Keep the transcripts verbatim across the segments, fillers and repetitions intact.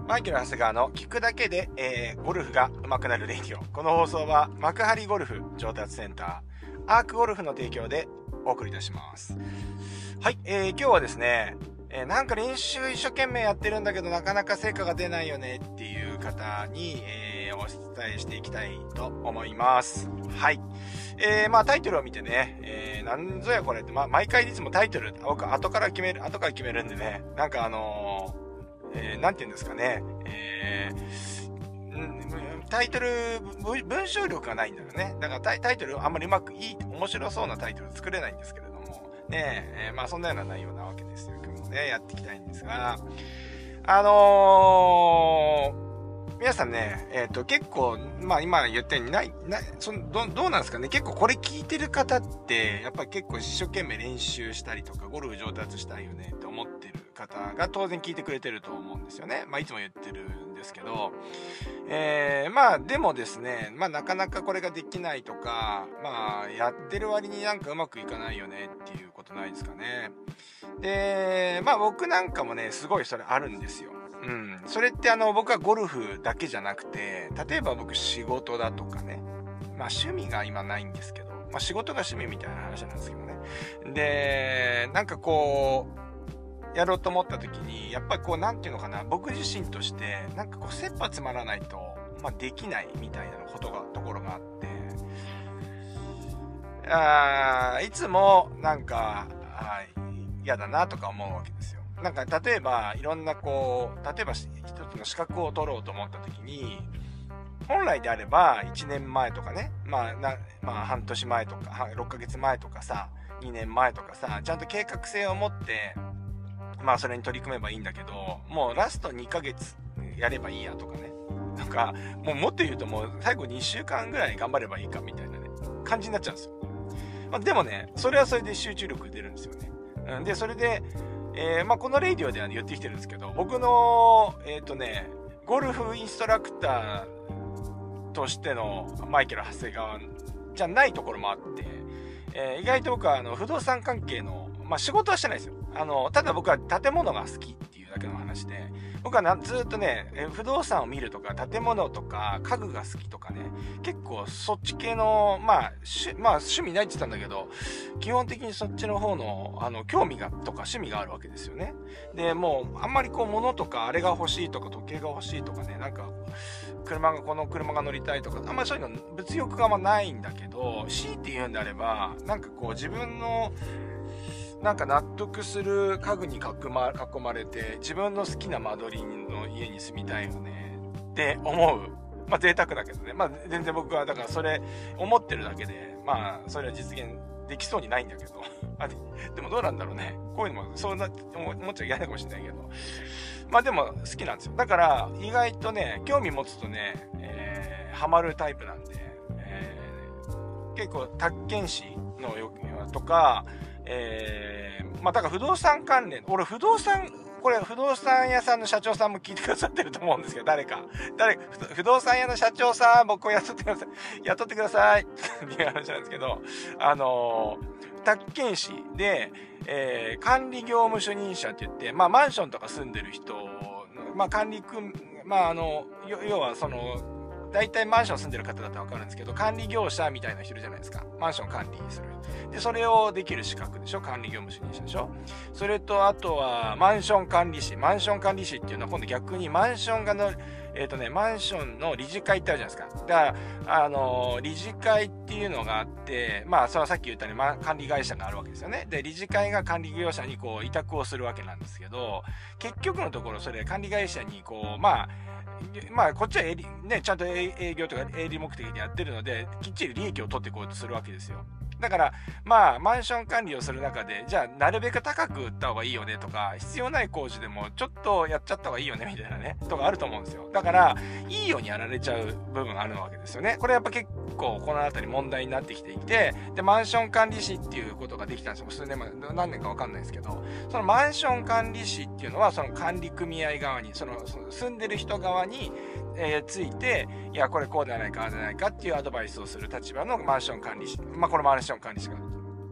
マイケル・長谷川の聞くだけで、えー、ゴルフが上手くなるレディオ。この放送は幕張ゴルフ上達センター、アークゴルフの提供でお送りいたします。はい、えー、今日はですね、えー、なんか練習一生懸命やってるんだけどなかなか成果が出ないよねっていう方に、えー、お伝えしていきたいと思います。はい。えー、まあタイトルを見てね、えー、なんぞやこれって、まあ毎回いつもタイトル、僕後から決める、後から決めるんでね、なんかあのー、えー、なんて言うんですかね、えー、タイトル、文章力がないんだよね。だからタイ、タイトルあんまりうまくいい、面白そうなタイトル作れないんですけれども、ねえー、まあそんなような内容なわけですよ。今日もね、やっていきたいんですが、あのー、皆さんね、えっと、結構、まあ今言ったようにない、ない、その、ど、どうなんですかね。結構これ聞いてる方って、やっぱり結構一生懸命練習したりとか、ゴルフ上達したいよねって思ってる方が当然聞いてくれてると思うんですよね。まあいつも言ってるんですけど、えー、まあでもですね、まあなかなかこれができないとか、まあやってる割になんかうまくいかないよねっていうことないですかね。で、まあ僕なんかもね、すごいそれあるんですよ。うん。それってあの、僕はゴルフだけじゃなくて、例えば僕仕事だとかね。まあ趣味が今ないんですけど、まあ仕事が趣味みたいな話なんですけどね。で、なんかこう、やろうと思った時に、やっぱりこう、なんていうのかな、僕自身として、なんかこう、切羽詰まらないと、まあできないみたいなことが、ところがあって、あーいつも、なんか、嫌だなとか思うわけですよ。なんか例えばいろんなこう例えば一つの資格を取ろうと思った時に本来であればいちねんまえとかね、まあなまあ半年前とかろっかげつまえとかさにねんまえとかさちゃんと計画性を持ってまあそれに取り組めばいいんだけどもうラストにかげつやればいいやとかねなんかもうもっと言うともう最後にしゅうかんぐらい頑張ればいいかみたいなね感じになっちゃうんですよ。まあ、でもねそれはそれで集中力出るんですよね。うん、でそれでえー、まあこのレイディオでは言ってきてるんですけど僕のえっとねゴルフインストラクターとしてのマイケル長谷川じゃないところもあって、えー、意外と僕はあの不動産関係のまあ仕事はしてないですよ。あのただ僕は建物が好きっていうだけの話で僕はなずっとね不動産を見るとか建物とか家具が好きとかね結構そっち系のまあ趣、まあ、趣味ないって言ったんだけど基本的にそっちの方のあの興味がとか趣味があるわけですよね。でもうあんまりこう物とかあれが欲しいとか時計が欲しいとかねなんか車がこの車が乗りたいとかあんまりそういうの物欲があんまないんだけど強いて言うんであればなんかこう自分のなんか納得する家具に囲ま、囲まれて自分の好きな間取りの家に住みたいよねって思う。まあ贅沢だけどね。まあ全然僕はだからそれ思ってるだけで、まあそれは実現できそうにないんだけど。あででもどうなんだろうね。こういうのもそうなって思っちゃいけないかもしれないけど。まあでも好きなんですよ。だから意外とね、興味持つとね、えー、ハマるタイプなんで、えー、結構宅建士のよとか、えー、まあだから不動産関連、俺不動産、これ不動産屋さんの社長さんも聞いてくださってると思うんですけど、誰か。誰、不動産屋の社長さん、僕を雇ってください。雇ってください。っていう話なんですけど、あのー、宅建士で、えー、管理業務主任者って言って、まあマンションとか住んでる人、まあ管理くん、まああの、要はその、大体マンション住んでる方だったら分かるんですけど管理業者みたいな人いるじゃないですか。マンション管理するでそれをできる資格でしょ。管理業務主任者でしょ。それとあとはマンション管理士マンション管理士っていうのは今度逆にマンションがのえっとねマンションの理事会ってあるじゃないですか。だからあのー、理事会っていうのがあってまあそのさっき言ったように、ま、管理会社があるわけですよね。で理事会が管理業者にこう委託をするわけなんですけど結局のところそれ管理会社にこうまあまあこっちは営利、ね、ちゃんと営業とか営利目的でやってるのできっちり利益を取っていこうとするわけですよ。だからまあマンション管理をする中でじゃあなるべく高く売った方がいいよねとか必要ない工事でもちょっとやっちゃった方がいいよねみたいなねとかあると思うんですよ。だからいいようにやられちゃう部分があるわけですよね。これやっぱ結構この辺り問題になってきていてでマンション管理士っていうことができたんですよ。数年前何年か分かんないですけどそのマンション管理士っていうのはその管理組合側にその、その住んでる人側にえー、ついていやこれこうではないかああではないかっていうアドバイスをする立場のマンション管理士まあこのマンション管理士が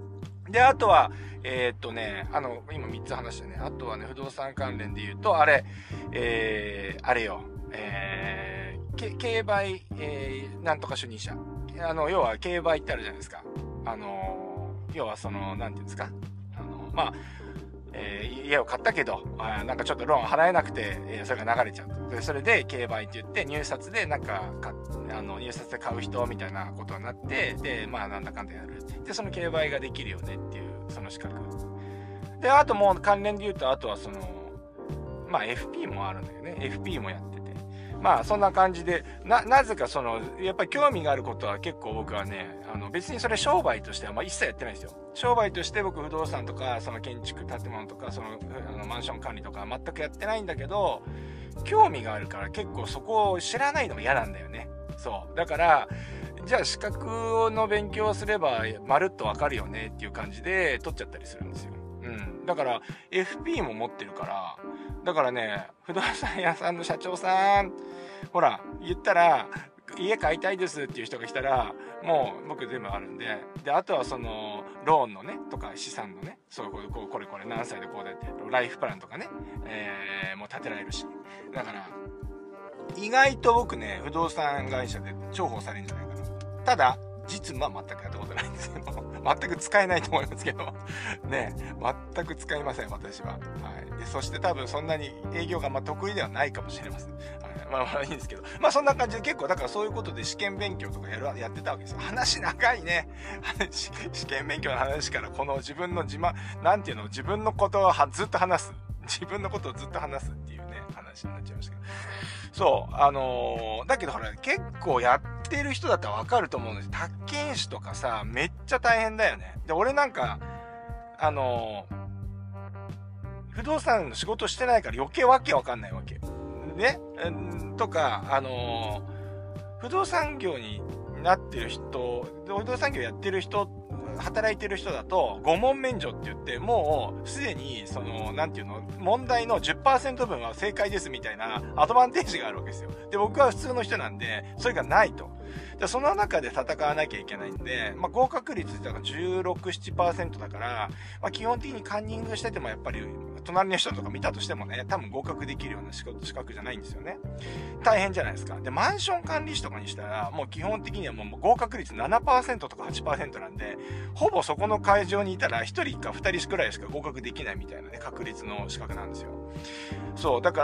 で、あとは、えー、っとね、あの、今みっつ話したね。あとはね、不動産関連で言うと、あれ、えー、あれよ、えー、競売、えー、なんとか主任者。あの、要は競売ってあるじゃないですか。あの、要はその、なんていうんですか。あの、まあ、えー、家を買ったけど、あなんかちょっとローン払えなくて、えー、それが流れちゃう。で、それで競売って言って、入札でなんか、かあの、入札で買う人みたいなことになって、で、まあなんだかんだやる。で、その競売ができるよねっていう、その資格。で、あともう関連で言うと、あとはその、まあ エフピー もあるんだよね。エフピー もやってて。まあそんな感じで、な、なぜかその、やっぱり興味があることは結構僕はね、あの別にそれ商売としてはまあ一切やってないんですよ。商売として僕不動産とか、その建築建物とか、その、あのマンション管理とか全くやってないんだけど、興味があるから結構そこを知らないのが嫌なんだよね。そう。だから、じゃあ資格の勉強をすればまるっとわかるよねっていう感じで取っちゃったりするんですよ。うん。だから エフピー も持ってるから、だからね、不動産屋さんの社長さん、ほら、言ったら、家買いたいですっていう人が来たら、もう僕全部あるんで、で、あとはその、ローンのね、とか資産のね、そういうこう、これこれ何歳でこうだって、ライフプランとかね、えー、もう立てられるし。だから、意外と僕ね、不動産会社で重宝されるんじゃないかな。ただ、実務は全くやったことないんですけど、全く使えないと思いますけど、ね、全く使いません、私は。はい。で、そして多分そんなに営業がまあ得意ではないかもしれません。はい。まあまあいいんですけど、まあそんな感じで結構、だからそういうことで試験勉強とかやる、やってたわけですよ。話長いね。試験勉強の話からこの自分の自慢、なんていうの、自分のことをずっと話す。自分のことをずっと話すっていうね、話になっちゃいましたけど。そう、あのー、だけどほら、結構やってる人だったらわかると思うんです。宅建士とかさ、めっちゃ大変だよね。で、俺なんか、あのー、不動産の仕事してないから余計わけわかんないわけ。ね、とか、あのー、不動産業になってる人、不動産業やってる人、働いてる人だと、ご問免除って言って、もう、すでに、その、なんていうの、問題の じゅっパーセント 分は正解ですみたいな、アドバンテージがあるわけですよ。で、僕は普通の人なんで、それがないと。で、その中で戦わなきゃいけないんで、まあ、合格率だからじゅうろく、ななパーセント だから、まあ、基本的にカンニングしててもやっぱり、隣の人とか見たとしてもね、多分合格できるような資格じゃないんですよね。大変じゃないですか。で、マンション管理士とかにしたら、もう基本的にはもう合格率 ななパーセント とか はちパーセント なんで、ほぼそこの会場にいたらひとりかふたりくらいしか合格できないみたいなね、確率の資格なんですよ。そう、だから、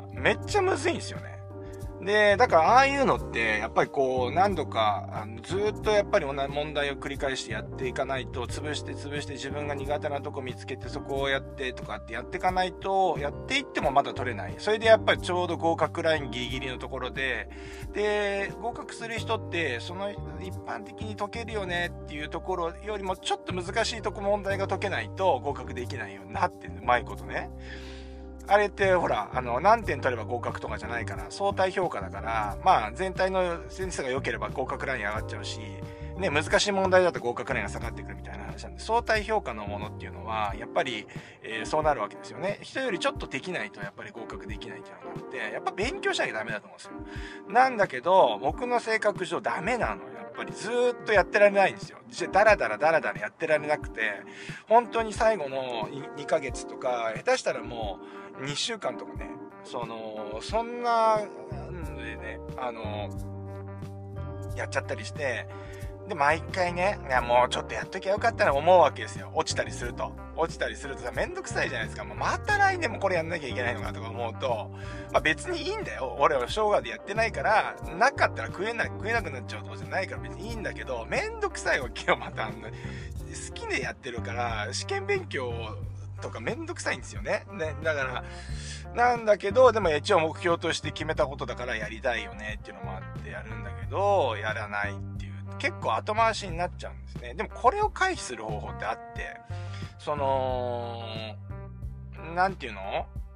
めっちゃむずいんですよね。で、だからああいうのって、やっぱりこう、何度か、あのずっとやっぱり問題を繰り返してやっていかないと、潰して潰して自分が苦手なとこ見つけてそこをやってとかってやっていかないと、やっていってもまだ取れない。それでやっぱりちょうど合格ラインギリギリのところで、で、合格する人って、その一般的に解けるよねっていうところよりもちょっと難しいとこ問題が解けないと合格できないようになってる、うまいことね。あれってほら、あの、何点取れば合格とかじゃないから、相対評価だから、まあ全体の先生が良ければ合格ライン上がっちゃうし、ね、難しい問題だと合格ラインが下がってくるみたいな話なんで、相対評価のものっていうのは、やっぱり、えー、そうなるわけですよね。人よりちょっとできないとやっぱり合格できないっていうのがあって、やっぱ勉強しなきゃダメだと思うんですよ。なんだけど、僕の性格上ダメなのよ。やっぱりずーっとやってられないんですよ。ダラダラダラダラやってられなくて、本当に最後のにかげつとか、下手したらもうにしゅうかんとかね、その、そんなんでね、あの、やっちゃったりして、で、毎回ね、いやもうちょっとやっときゃよかったな思うわけですよ。落ちたりすると。落ちたりするとさ、めんどくさいじゃないですか。もうまた来年もこれやんなきゃいけないのかとか思うと、まあ別にいいんだよ。俺は生姜でやってないから、なかったら食えない、食えなくなっちゃうとかじゃないから別にいいんだけど、めんどくさいわけよ、また。好きでやってるから、試験勉強とかめんどくさいんですよね。ね、だから、なんだけど、でも一応目標として決めたことだからやりたいよねっていうのもあってやるんだけど、やらないっていう。結構後回しになっちゃうんですね。でもこれを回避する方法ってあって、その、なんていうの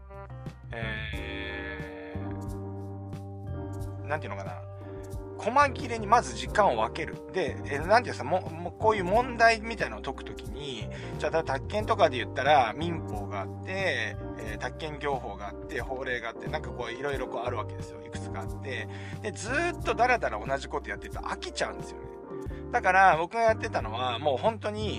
えー、なんていうのかな。細切れにまず時間を分ける。で、えなんていうかも、もうこういう問題みたいなのを解くときに、じゃあ宅建とかで言ったら民法があって、えー、宅建業法があって、法令があって、なんかこういろいろこうあるわけですよ。いくつかあって。で、ずーっとダラダラ同じことやってると飽きちゃうんですよね。だから僕がやってたのはもう本当に、え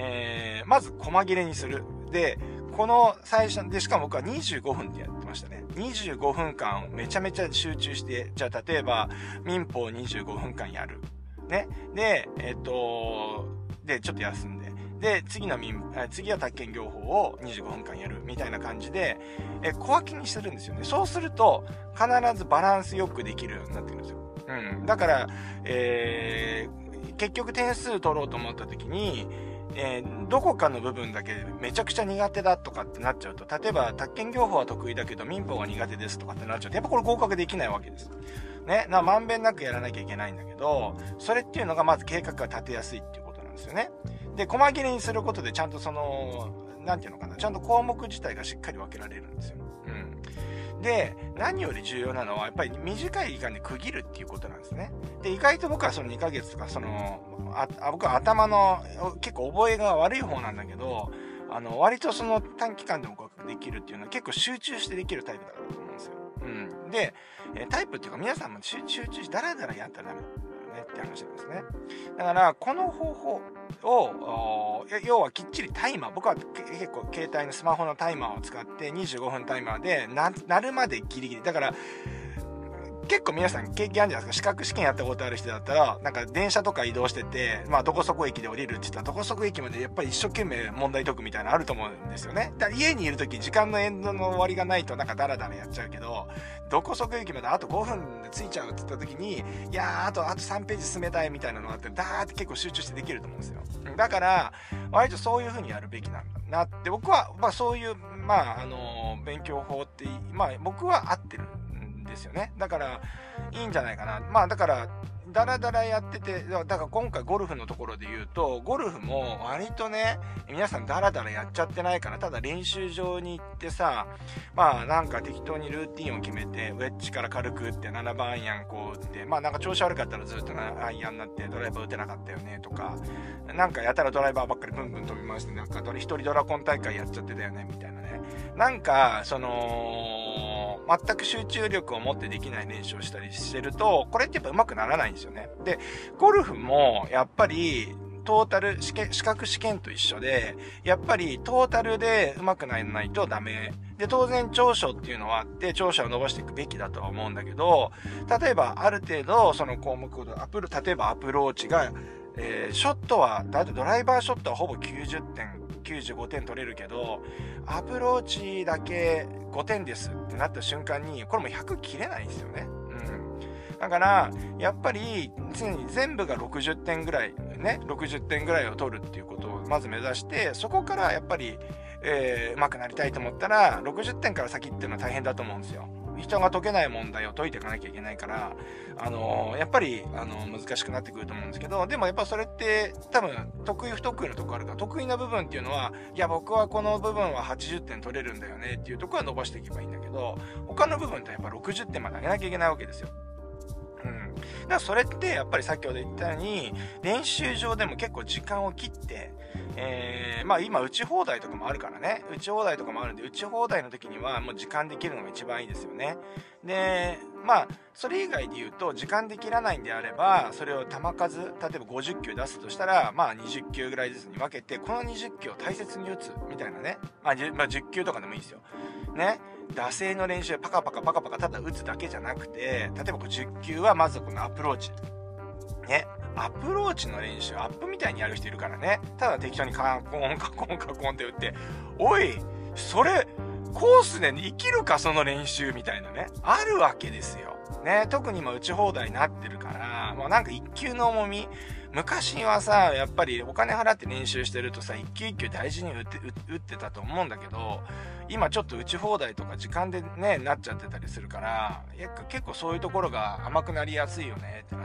えー、まず細切れにする。で、この最初で、しかも僕はにじゅうごふんでやってましたね。にじゅうごふんかんめちゃめちゃ集中して、じゃあ例えば民法にじゅうごふんかんやる。ね。で、えっと、で、ちょっと休んで。で、次の民、次は宅建業法をにじゅうごふんかんやるみたいな感じで、え、小分けにするんですよね。そうすると、必ずバランスよくできるようになってくるんですよ。うん。だから、えー、結局点数取ろうと思った時に、えー、どこかの部分だけめちゃくちゃ苦手だとかってなっちゃうと、例えば宅建業法は得意だけど民法が苦手ですとかってなっちゃうと、やっぱこれ合格できないわけです。ね。な、まんべんなくやらなきゃいけないんだけど、それっていうのがまず計画が立てやすいっていうことなんですよね。で、細切れにすることでちゃんとその、なんていうのかな、ちゃんと項目自体がしっかり分けられるんですよ。うん。で、何より重要なのは、やっぱり短い時間で区切るっていうことなんですね。で、意外と僕はそのにかげつとか、その、あ、僕は頭の、結構覚えが悪い方なんだけど、あの、割とその短期間でも合格できるっていうのは結構集中してできるタイプだと思うんですよ。うん。で、タイプっていうか皆さんも集中し、だらだらやったらダメだよねって話なんですね。だから、この方法を、要はきっちりタイマー、僕は結構携帯のスマホのタイマーを使ってにじゅうごふんタイマーでな、なるまでギリギリ。だから、結構皆さん経験あるじゃないですか。資格試験やったことある人だったら、なんか電車とか移動してて、まあどこそこ駅で降りるって言ったら、どこそこ駅までやっぱり一生懸命問題解くみたいなのあると思うんですよね。だから家にいるとき時間のエンドの終わりがないとなんかダラダラやっちゃうけど、どこそこ駅まであとごふんで着いちゃうって言ったときに、いやーあと、あとさんページ進めたいみたいなのがあって、ダーって結構集中してできると思うんですよ。だから、割とそういう風にやるべきなんだなって、僕は、まあそういう、まああの、勉強法って、まあ僕は合ってる。ですよね。だからいいんじゃないかな。まあだからダラダラやってて、だから今回ゴルフのところで言うと、ゴルフも割とね、皆さんダラダラやっちゃってないから、ただ練習場に行ってさ、まあなんか適当にルーティンを決めて、ウェッジから軽く打ってななばんアイアンこう打って、まあなんか調子悪かったらずっとアイアンになってドライバー打てなかったよねとか、なんかやたらドライバーばっかりブンブン飛び回して、なんか一人ドラコン大会やっちゃってたよねみたいなね。なんかその全く集中力を持ってできない練習をしたりしてると、これってやっぱ上手くならないんですよね。で、ゴルフもやっぱりトータル試験、資格試験と一緒で、やっぱりトータルで上手くならないとダメ。で、当然長所っていうのはあって、長所を伸ばしていくべきだとは思うんだけど、例えばある程度その項目をアプロ、例えばアプローチが、えー、ショットは、だってドライバーショットはほぼきゅうじゅってん、きゅうじゅうごてん取れるけど、アプローチだけごてんですってなった瞬間に、これもひゃく切れないんですよね。うん。だから、やっぱり常に全部がろくじゅってんぐらい、ね、ろくじゅってんぐらいを取るっていうことをまず目指して、そこからやっぱり、えー、上手くなりたいと思ったら、ろくじゅってんから先っていうのは大変だと思うんですよ。人が解けない問題を解いていかなきゃいけないから、あのー、やっぱり、あのー、難しくなってくると思うんですけど、でもやっぱそれって多分得意不得意のとこあるから、得意な部分っていうのは、いや僕はこの部分ははちじゅってん取れるんだよねっていうところは伸ばしていけばいいんだけど、他の部分ってやっぱろくじゅってんまで上げなきゃいけないわけですよ。うん。だからそれってやっぱり先ほど言ったように、練習場でも結構時間を切って、えー、まあ今打ち放題とかもあるからね、打ち放題とかもあるんで、打ち放題の時にはもう時間できるのが一番いいですよね。で、まあそれ以外で言うと、時間で切らないんであれば、それを球数、例えばごじゅっきゅう出すとしたら、まあにじゅっきゅうぐらいずつに分けて、このにじゅっきゅうを大切に打つみたいなね、まあ 10, まあじゅっきゅうとかでもいいですよね。打声の練習パカパカパカパカただ打つだけじゃなくて、例えばじゅっきゅうはまずこのアプローチね、アプローチの練習アップみたいにやる人いるからね。ただ適当にカコンカコンカコンって打って、おいそれコースで生きるかその練習みたいなね、あるわけですよね。特に今打ち放題になってるから、もうなんか一球の重み、昔はさ、やっぱりお金払って練習してるとさ、一球一球大事に打って、打ってたと思うんだけど、今ちょっと打ち放題とか時間でね、なっちゃってたりするから、結構そういうところが甘くなりやすいよねってなって、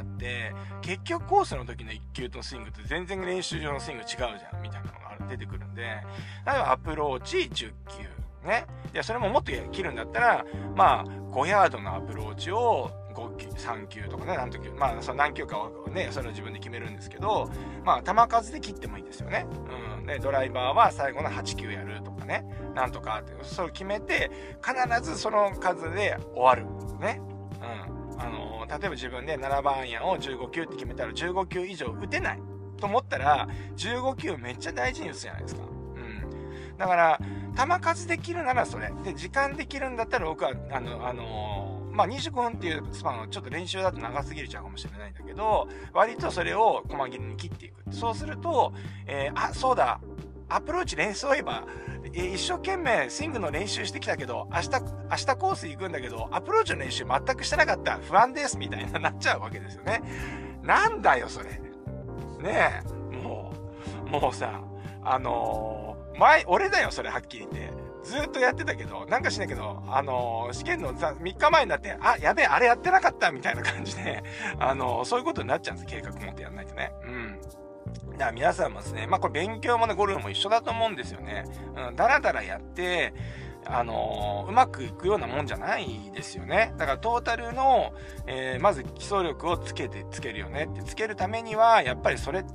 結局コースの時の一球とスイングって全然練習場のスイング違うじゃん、みたいなのが出てくるんで、例えばアプローチじゅっきゅう、ね。いや、それももっと切るんだったら、まあ、ごヤードのアプローチをごきゅう、さんきゅうとかね、何球、まあ、その何球かはね、それは自分で決めるんですけど、まあ、球数で切ってもいいですよね。うん。で、ドライバーは最後のはちきゅうやるとかね、なんとかって、それを決めて、必ずその数で終わる。ね。うん。あのー、例えば自分でななばんアイアンをじゅうごきゅうって決めたらじゅうごきゅう以上打てない。 と思ったら、じゅうご球めっちゃ大事に打つじゃないですか。うん。だから、球数できるならそれ。で、時間できるんだったら僕は、あの、あのー、まあ、にじゅっぷんっていうスパンはちょっと練習だと長すぎるちゃうかもしれないんだけど、割とそれを細切りに切っていく。そうすると、えー、あ、そうだ、アプローチ練習そういえば、えー、一生懸命スイングの練習してきたけど、明日、明日コース行くんだけど、アプローチの練習全くしてなかった。不安です、みたいななっちゃうわけですよね。なんだよ、それ。ねえ、もう、もうさ、あのー、前、俺だよ、それはっきり言って。ずーっとやってたけど、なんかしないけど、あのー、試験のさみっかまえになって、あ、やべえ、あれやってなかった、みたいな感じで、あのー、そういうことになっちゃうんです、計画持ってやんないとね。うん。だから皆さんもですね、まあこれ勉強もね、ゴルフも一緒だと思うんですよね。うん、だらだらやって、あのー、うまくいくようなもんじゃないですよね。だからトータルの、えー、まず基礎力をつけて、つけるよねって、つけるためには、やっぱりそれって、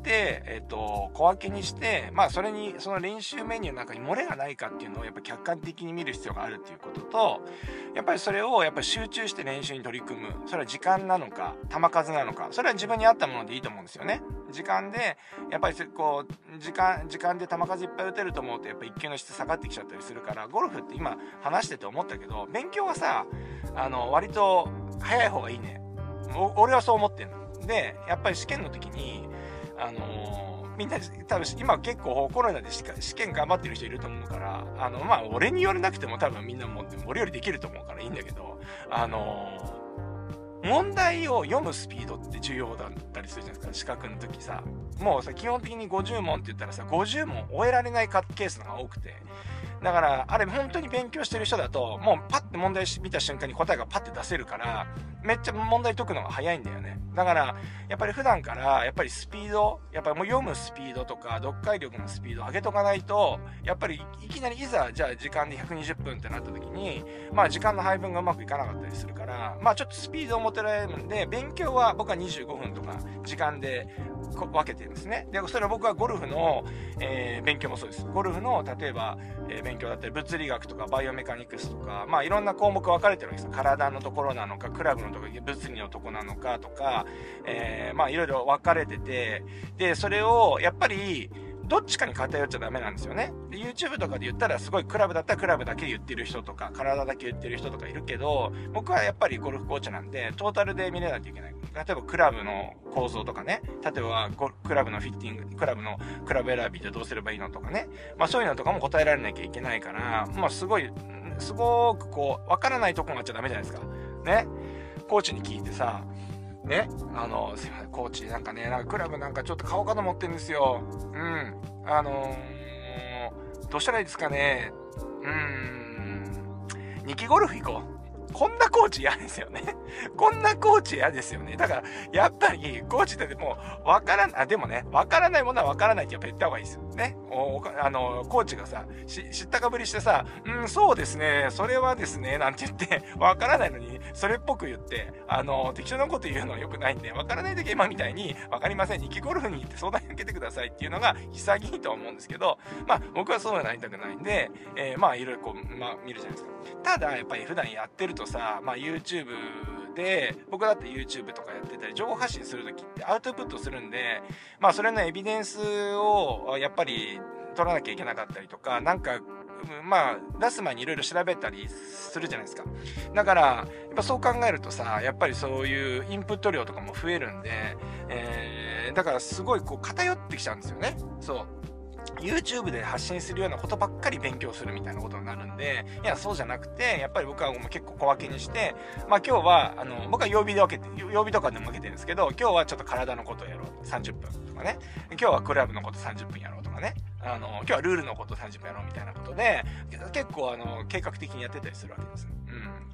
えっと、小分けにして、まあそれに、その練習メニューの中に漏れがないかっていうのをやっぱ客観的に見る必要があるっていうことと、やっぱりそれをやっぱり集中して練習に取り組む。それは時間なのか、球数なのか、それは自分に合ったものでいいと思うんですよね。時間で、やっぱりこう、時間、時間で球数いっぱい打てると思うと、やっぱ一球の質下がってきちゃったりするから、ゴルフって今話してて思ったけど、勉強はさ、あの、割と早い方がいいね。俺はそう思ってんの。で、やっぱり試験の時に、あのー、みんな、多分今結構コロナで試験頑張ってる人いると思うから、あの、まあ、俺に言われなくても多分みんなも俺よりできると思うからいいんだけど、あのー、問題を読むスピードって重要だったりするじゃないですか。資格の時さ。もうさ、基本的にごじゅう問って言ったらさ、ごじゅう問終えられないケースのが多くて。だから、あれ本当に勉強してる人だと、もうパッて問題見た瞬間に答えがパッて出せるから、めっちゃ問題解くのが早いんだよね。だから、やっぱり普段から、やっぱりスピード、やっぱりもう読むスピードとか、読解力のスピードを上げとかないと、やっぱりいきなりいざ、じゃあ時間でひゃくにじゅっぷんってなった時に、まあ時間の配分がうまくいかなかったりするから、まあちょっとスピードを持てられるんで、勉強は僕はにじゅうごふんとか時間で分けてるんですね。で、それは僕はゴルフの、えー、勉強もそうです。ゴルフの、例えば、えー、勉強だったり、物理学とか、バイオメカニクスとか、まあいろんな項目分かれてるわけですよ。体のところなのか、クラブのところ、物理のところなのかとか、えー、まあいろいろ分かれてて、で、それを、やっぱり、どっちかに偏っちゃダメなんですよね。で、YouTube とかで言ったらすごいクラブだったらクラブだけで言ってる人とか、体だけ言ってる人とかいるけど、僕はやっぱりゴルフコーチなんで、トータルで見れないといけない。例えばクラブの構造とかね、例えばクラブのフィッティング、クラブのクラブ選びでどうすればいいのとかね、まあそういうのとかも答えられなきゃいけないから、まあすごい、すごくこう、わからないとこがあっちゃダメじゃないですか。ね。コーチに聞いてさ、ね、あの、すいません、コーチ、なんかね、なんかクラブなんかちょっと買おうかと思ってるんですよ。うん。あのー、どうしたらいいですかね。うーん。ニキゴルフ行こう。こんなコーチ嫌ですよね。こんなコーチ嫌ですよね。だから、やっぱり、コーチってもう、わからん、あ、でもね、わからないものはわからないってやっぱ言った方がいいですよ。ね。お、あの、コーチがさ、し、知ったかぶりしてさ、うん、そうですね、それはですね、なんて言って、わからないのに、それっぽく言って、あの、適当なこと言うのは良くないんで、わからないとき今みたいに、わかりません、ニキゴルフに行って相談受けてくださいっていうのが潔いとは思うんですけど、まあ、僕はそうはなりたくないんで、えー、まあ、いろいろこう、まあ、見るじゃないですか。ただ、やっぱり普段やってるとさ、まあ YouTube で、僕だって YouTube とかやってたり、情報発信するときってアウトプットするんで、まあそれのエビデンスをやっぱり取らなきゃいけなかったりとか、なんか、まあ出す前にいろいろ調べたりするじゃないですか。だから、やっぱそう考えるとさ、やっぱりそういうインプット量とかも増えるんで、えー、だからすごいこう偏ってきちゃうんですよね。そう。YouTube で発信するようなことばっかり勉強するみたいなことになるんで、いや、そうじゃなくて、やっぱり僕はもう結構小分けにして、まあ今日は、あの、僕は曜日で分けて、曜日とかでも分けてるんですけど、今日はちょっと体のことをやろう。さんじゅっぷんとかね。今日はクラブのことさんじゅっぷんやろうとかね。あの、今日はルールのことさんじゅっぷんやろうみたいなことで、結構あの、計画的にやってたりするわけです。うん。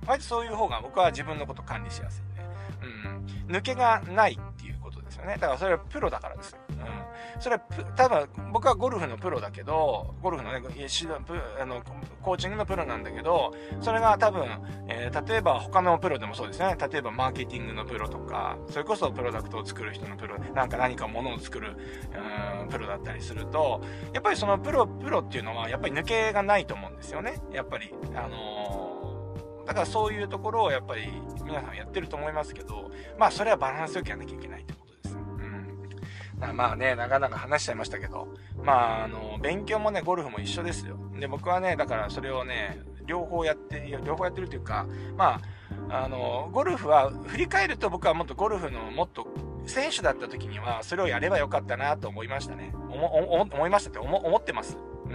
割とそういう方が僕は自分のこと管理しやすいんで。うん。抜けがないっていうことですよね。だからそれはプロだからですよ。うん。それは、多分僕はゴルフのプロだけど、ゴルフのね、指導、あの、コーチングのプロなんだけど、それが多分、えー、例えば他のプロでもそうですね。例えばマーケティングのプロとか、それこそプロダクトを作る人のプロ、なんか何か物を作る、うん、プロだったりすると、やっぱりそのプロ、プロっていうのは、やっぱり抜けがないと思うんですよね。やっぱり、あのー、だからそういうところをやっぱり皆さんやってると思いますけど、まあそれはバランスよくやんなきゃいけないってことです。うん。 まあね、なかなか話しちゃいましたけど、まあ、あの、勉強もね、ゴルフも一緒ですよ。で、僕はね、だからそれをね、両方やって、両方やってるというか、まあ、あの、ゴルフは、振り返ると僕はもっとゴルフのもっと、選手だった時には、それをやればよかったなと思いましたね。思、思、思いましたって思、思ってます。うん。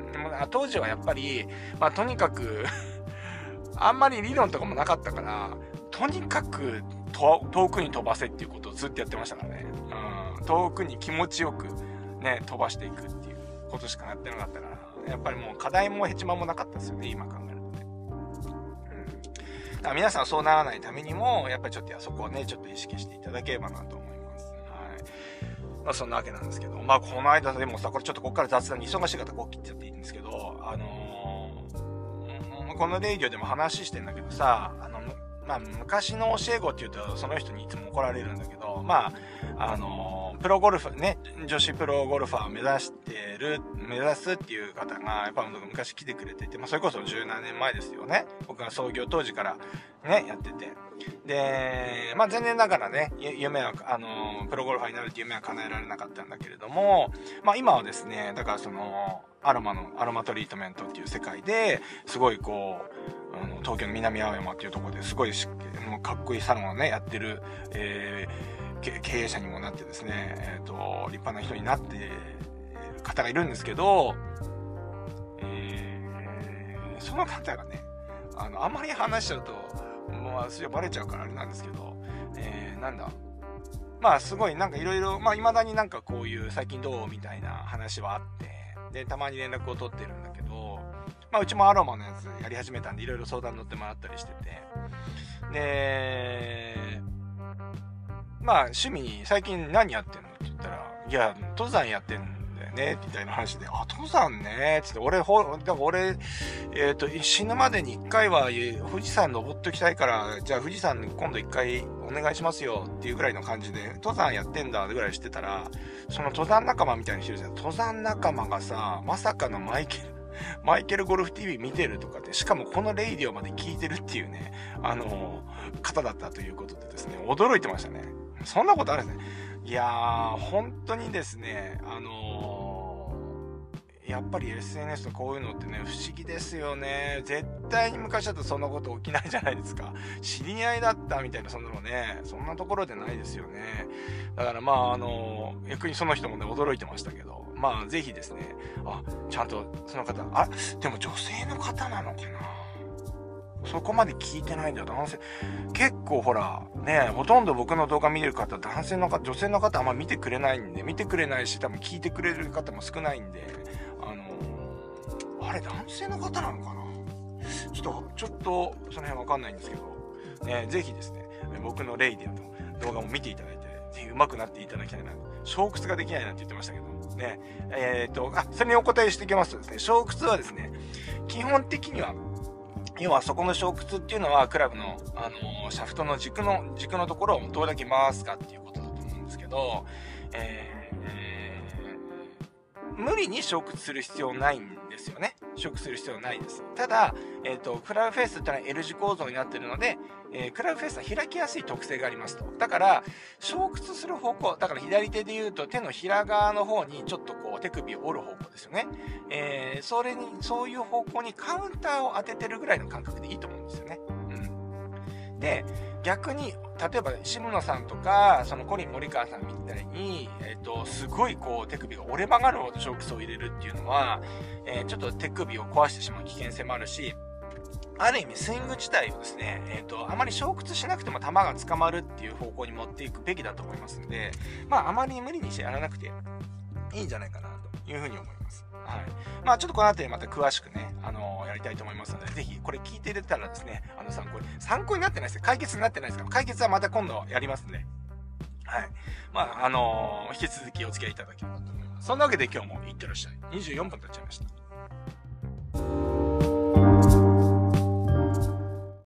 でも当時はやっぱり、まあ、とにかくあんまり理論とかもなかったから、とにかくと遠くに飛ばせっていうことをずっとやってましたからね。うん、遠くに気持ちよくね、飛ばしていくっていうことしかやってなかったから、やっぱりもう課題もヘチマもなかったですよね、今考えるとね。うん。だから皆さんそうならないためにも、やっぱりちょっとそこをね、ちょっと意識していただければなと思います。はい。まあそんなわけなんですけど、まあこの間でもさ、これちょっとここから雑談に忙しい方こう切っちゃっていいんですけど、あのー、このレイディオでも話してんだけどさ、あの、まあ、昔の教え子って言うと、その人にいつも怒られるんだけど、まあ、あのー、プロゴルフ、ね、女子プロゴルファーを目指してる、目指すっていう方が、やっぱ昔来てくれてて、まあ、それこそ十何年前ですよね。僕が創業当時からね、やってて。で、まあ、全然だからね、夢は、あのー、プロゴルファーになるって夢は叶えられなかったんだけれども、まあ、今はですね、だからその、アロマの、アロマトリートメントっていう世界で、すごいこう、あの東京の南青山っていうところですごいもうかっこいいサロンをね、やってる、えー、経営者にもなってですね、えっと、立派な人になっている方がいるんですけど、えー、その方がね、あの、あまり話しちゃうと、もう私はバレちゃうからあれなんですけど、えー、なんだ、まあすごいなんかいろいろ、まあ未だになんかこういう最近どうみたいな話はあって、で、たまに連絡を取ってるんだけど、まあうちもアロマのやつやり始めたんでいろいろ相談乗ってもらったりしてて、で、まあ趣味に最近何やってんのって言ったら、いや、登山やってんだよね、みたいな話で、あ、登山ね、つって、俺、ほ、だから俺、えっと、死ぬまでに一回は富士山登っときたいから、じゃあ富士山今度一回お願いしますよっていうぐらいの感じで、登山やってんだぐらいしてたら、その登山仲間みたいにしてるじゃん。登山仲間がさ、まさかのマイケル、マイケルゴルフ ティーブイ 見てるとかで、しかもこのレイディオまで聞いてるっていうね、あのー、方だったということでですね、驚いてましたね。そんなことあるんですね。いやー、本当にですね、あのー、やっぱり エスエヌエス とこういうのってね、不思議ですよね。絶対に昔だとそんなこと起きないじゃないですか。知り合いだったみたいな、そんなのね、そんなところでないですよね。だからまあ、あのー、逆にその人もね、驚いてましたけど、まあ、ぜひですね、あ、ちゃんとその方、あ、でも女性の方なのかな、そこまで聞いてないんだよ、男性。結構ほら、ね、ほとんど僕の動画見てる方、男性の方、女性の方あんま見てくれないんで、見てくれないし、多分聞いてくれる方も少ないんで、あのー、あれ、男性の方なのかな、ちょっと、ちょっと、その辺わかんないんですけど、ね、ぜひですね、僕のレイディアの動画も見ていただいて、ぜひ上手くなっていただきたいな。小屈ができないなんて言ってましたけど、ね、えー、っと、あ、それにお答えしていきますとですね、小屈はですね、基本的には、要はそこの小屈っていうのはクラブの、あのー、シャフトの軸の、軸のところをどれだけ回すかっていうことだと思うんですけど、えーえー、無理に小屈する必要ないんですよね。小屈する必要ないです。ただ、えっと、クラブフェースってのは L 字構造になっているので、えー、クラブフェースは開きやすい特性がありますと。だから、小屈する方向、だから左手で言うと手のひら側の方にちょっとこう手首を折る方向ですよね。えー、それに、そういう方向にカウンターを当ててるぐらいの感覚でいいと思うんですよね。うん。で、逆に、例えば、渋野さんとか、そのコリン・モリカワさんみたいに、えっと、すごいこう手首が折れ曲がるほど小屈を入れるっていうのは、えー、ちょっと手首を壊してしまう危険性もあるし、ある意味スイング自体をですね、えっと、あまり小屈しなくても球が捕まるっていう方向に持っていくべきだと思いますので、まあ、あまり無理にしてやらなくていいんじゃないかなというふうに思います。はい。まあ、ちょっとこの後でまた詳しくね、あのー、やりたいと思いますので、ぜひこれ聞いていたらですね、あの、参考に、参考になってないですよ。解決になってないですから、解決はまた今度やりますんで、はい。まあ、あのー、引き続きお付き合いいただければと思います。そんなわけで今日もいってらっしゃい。にじゅうよんぷん経っちゃいました。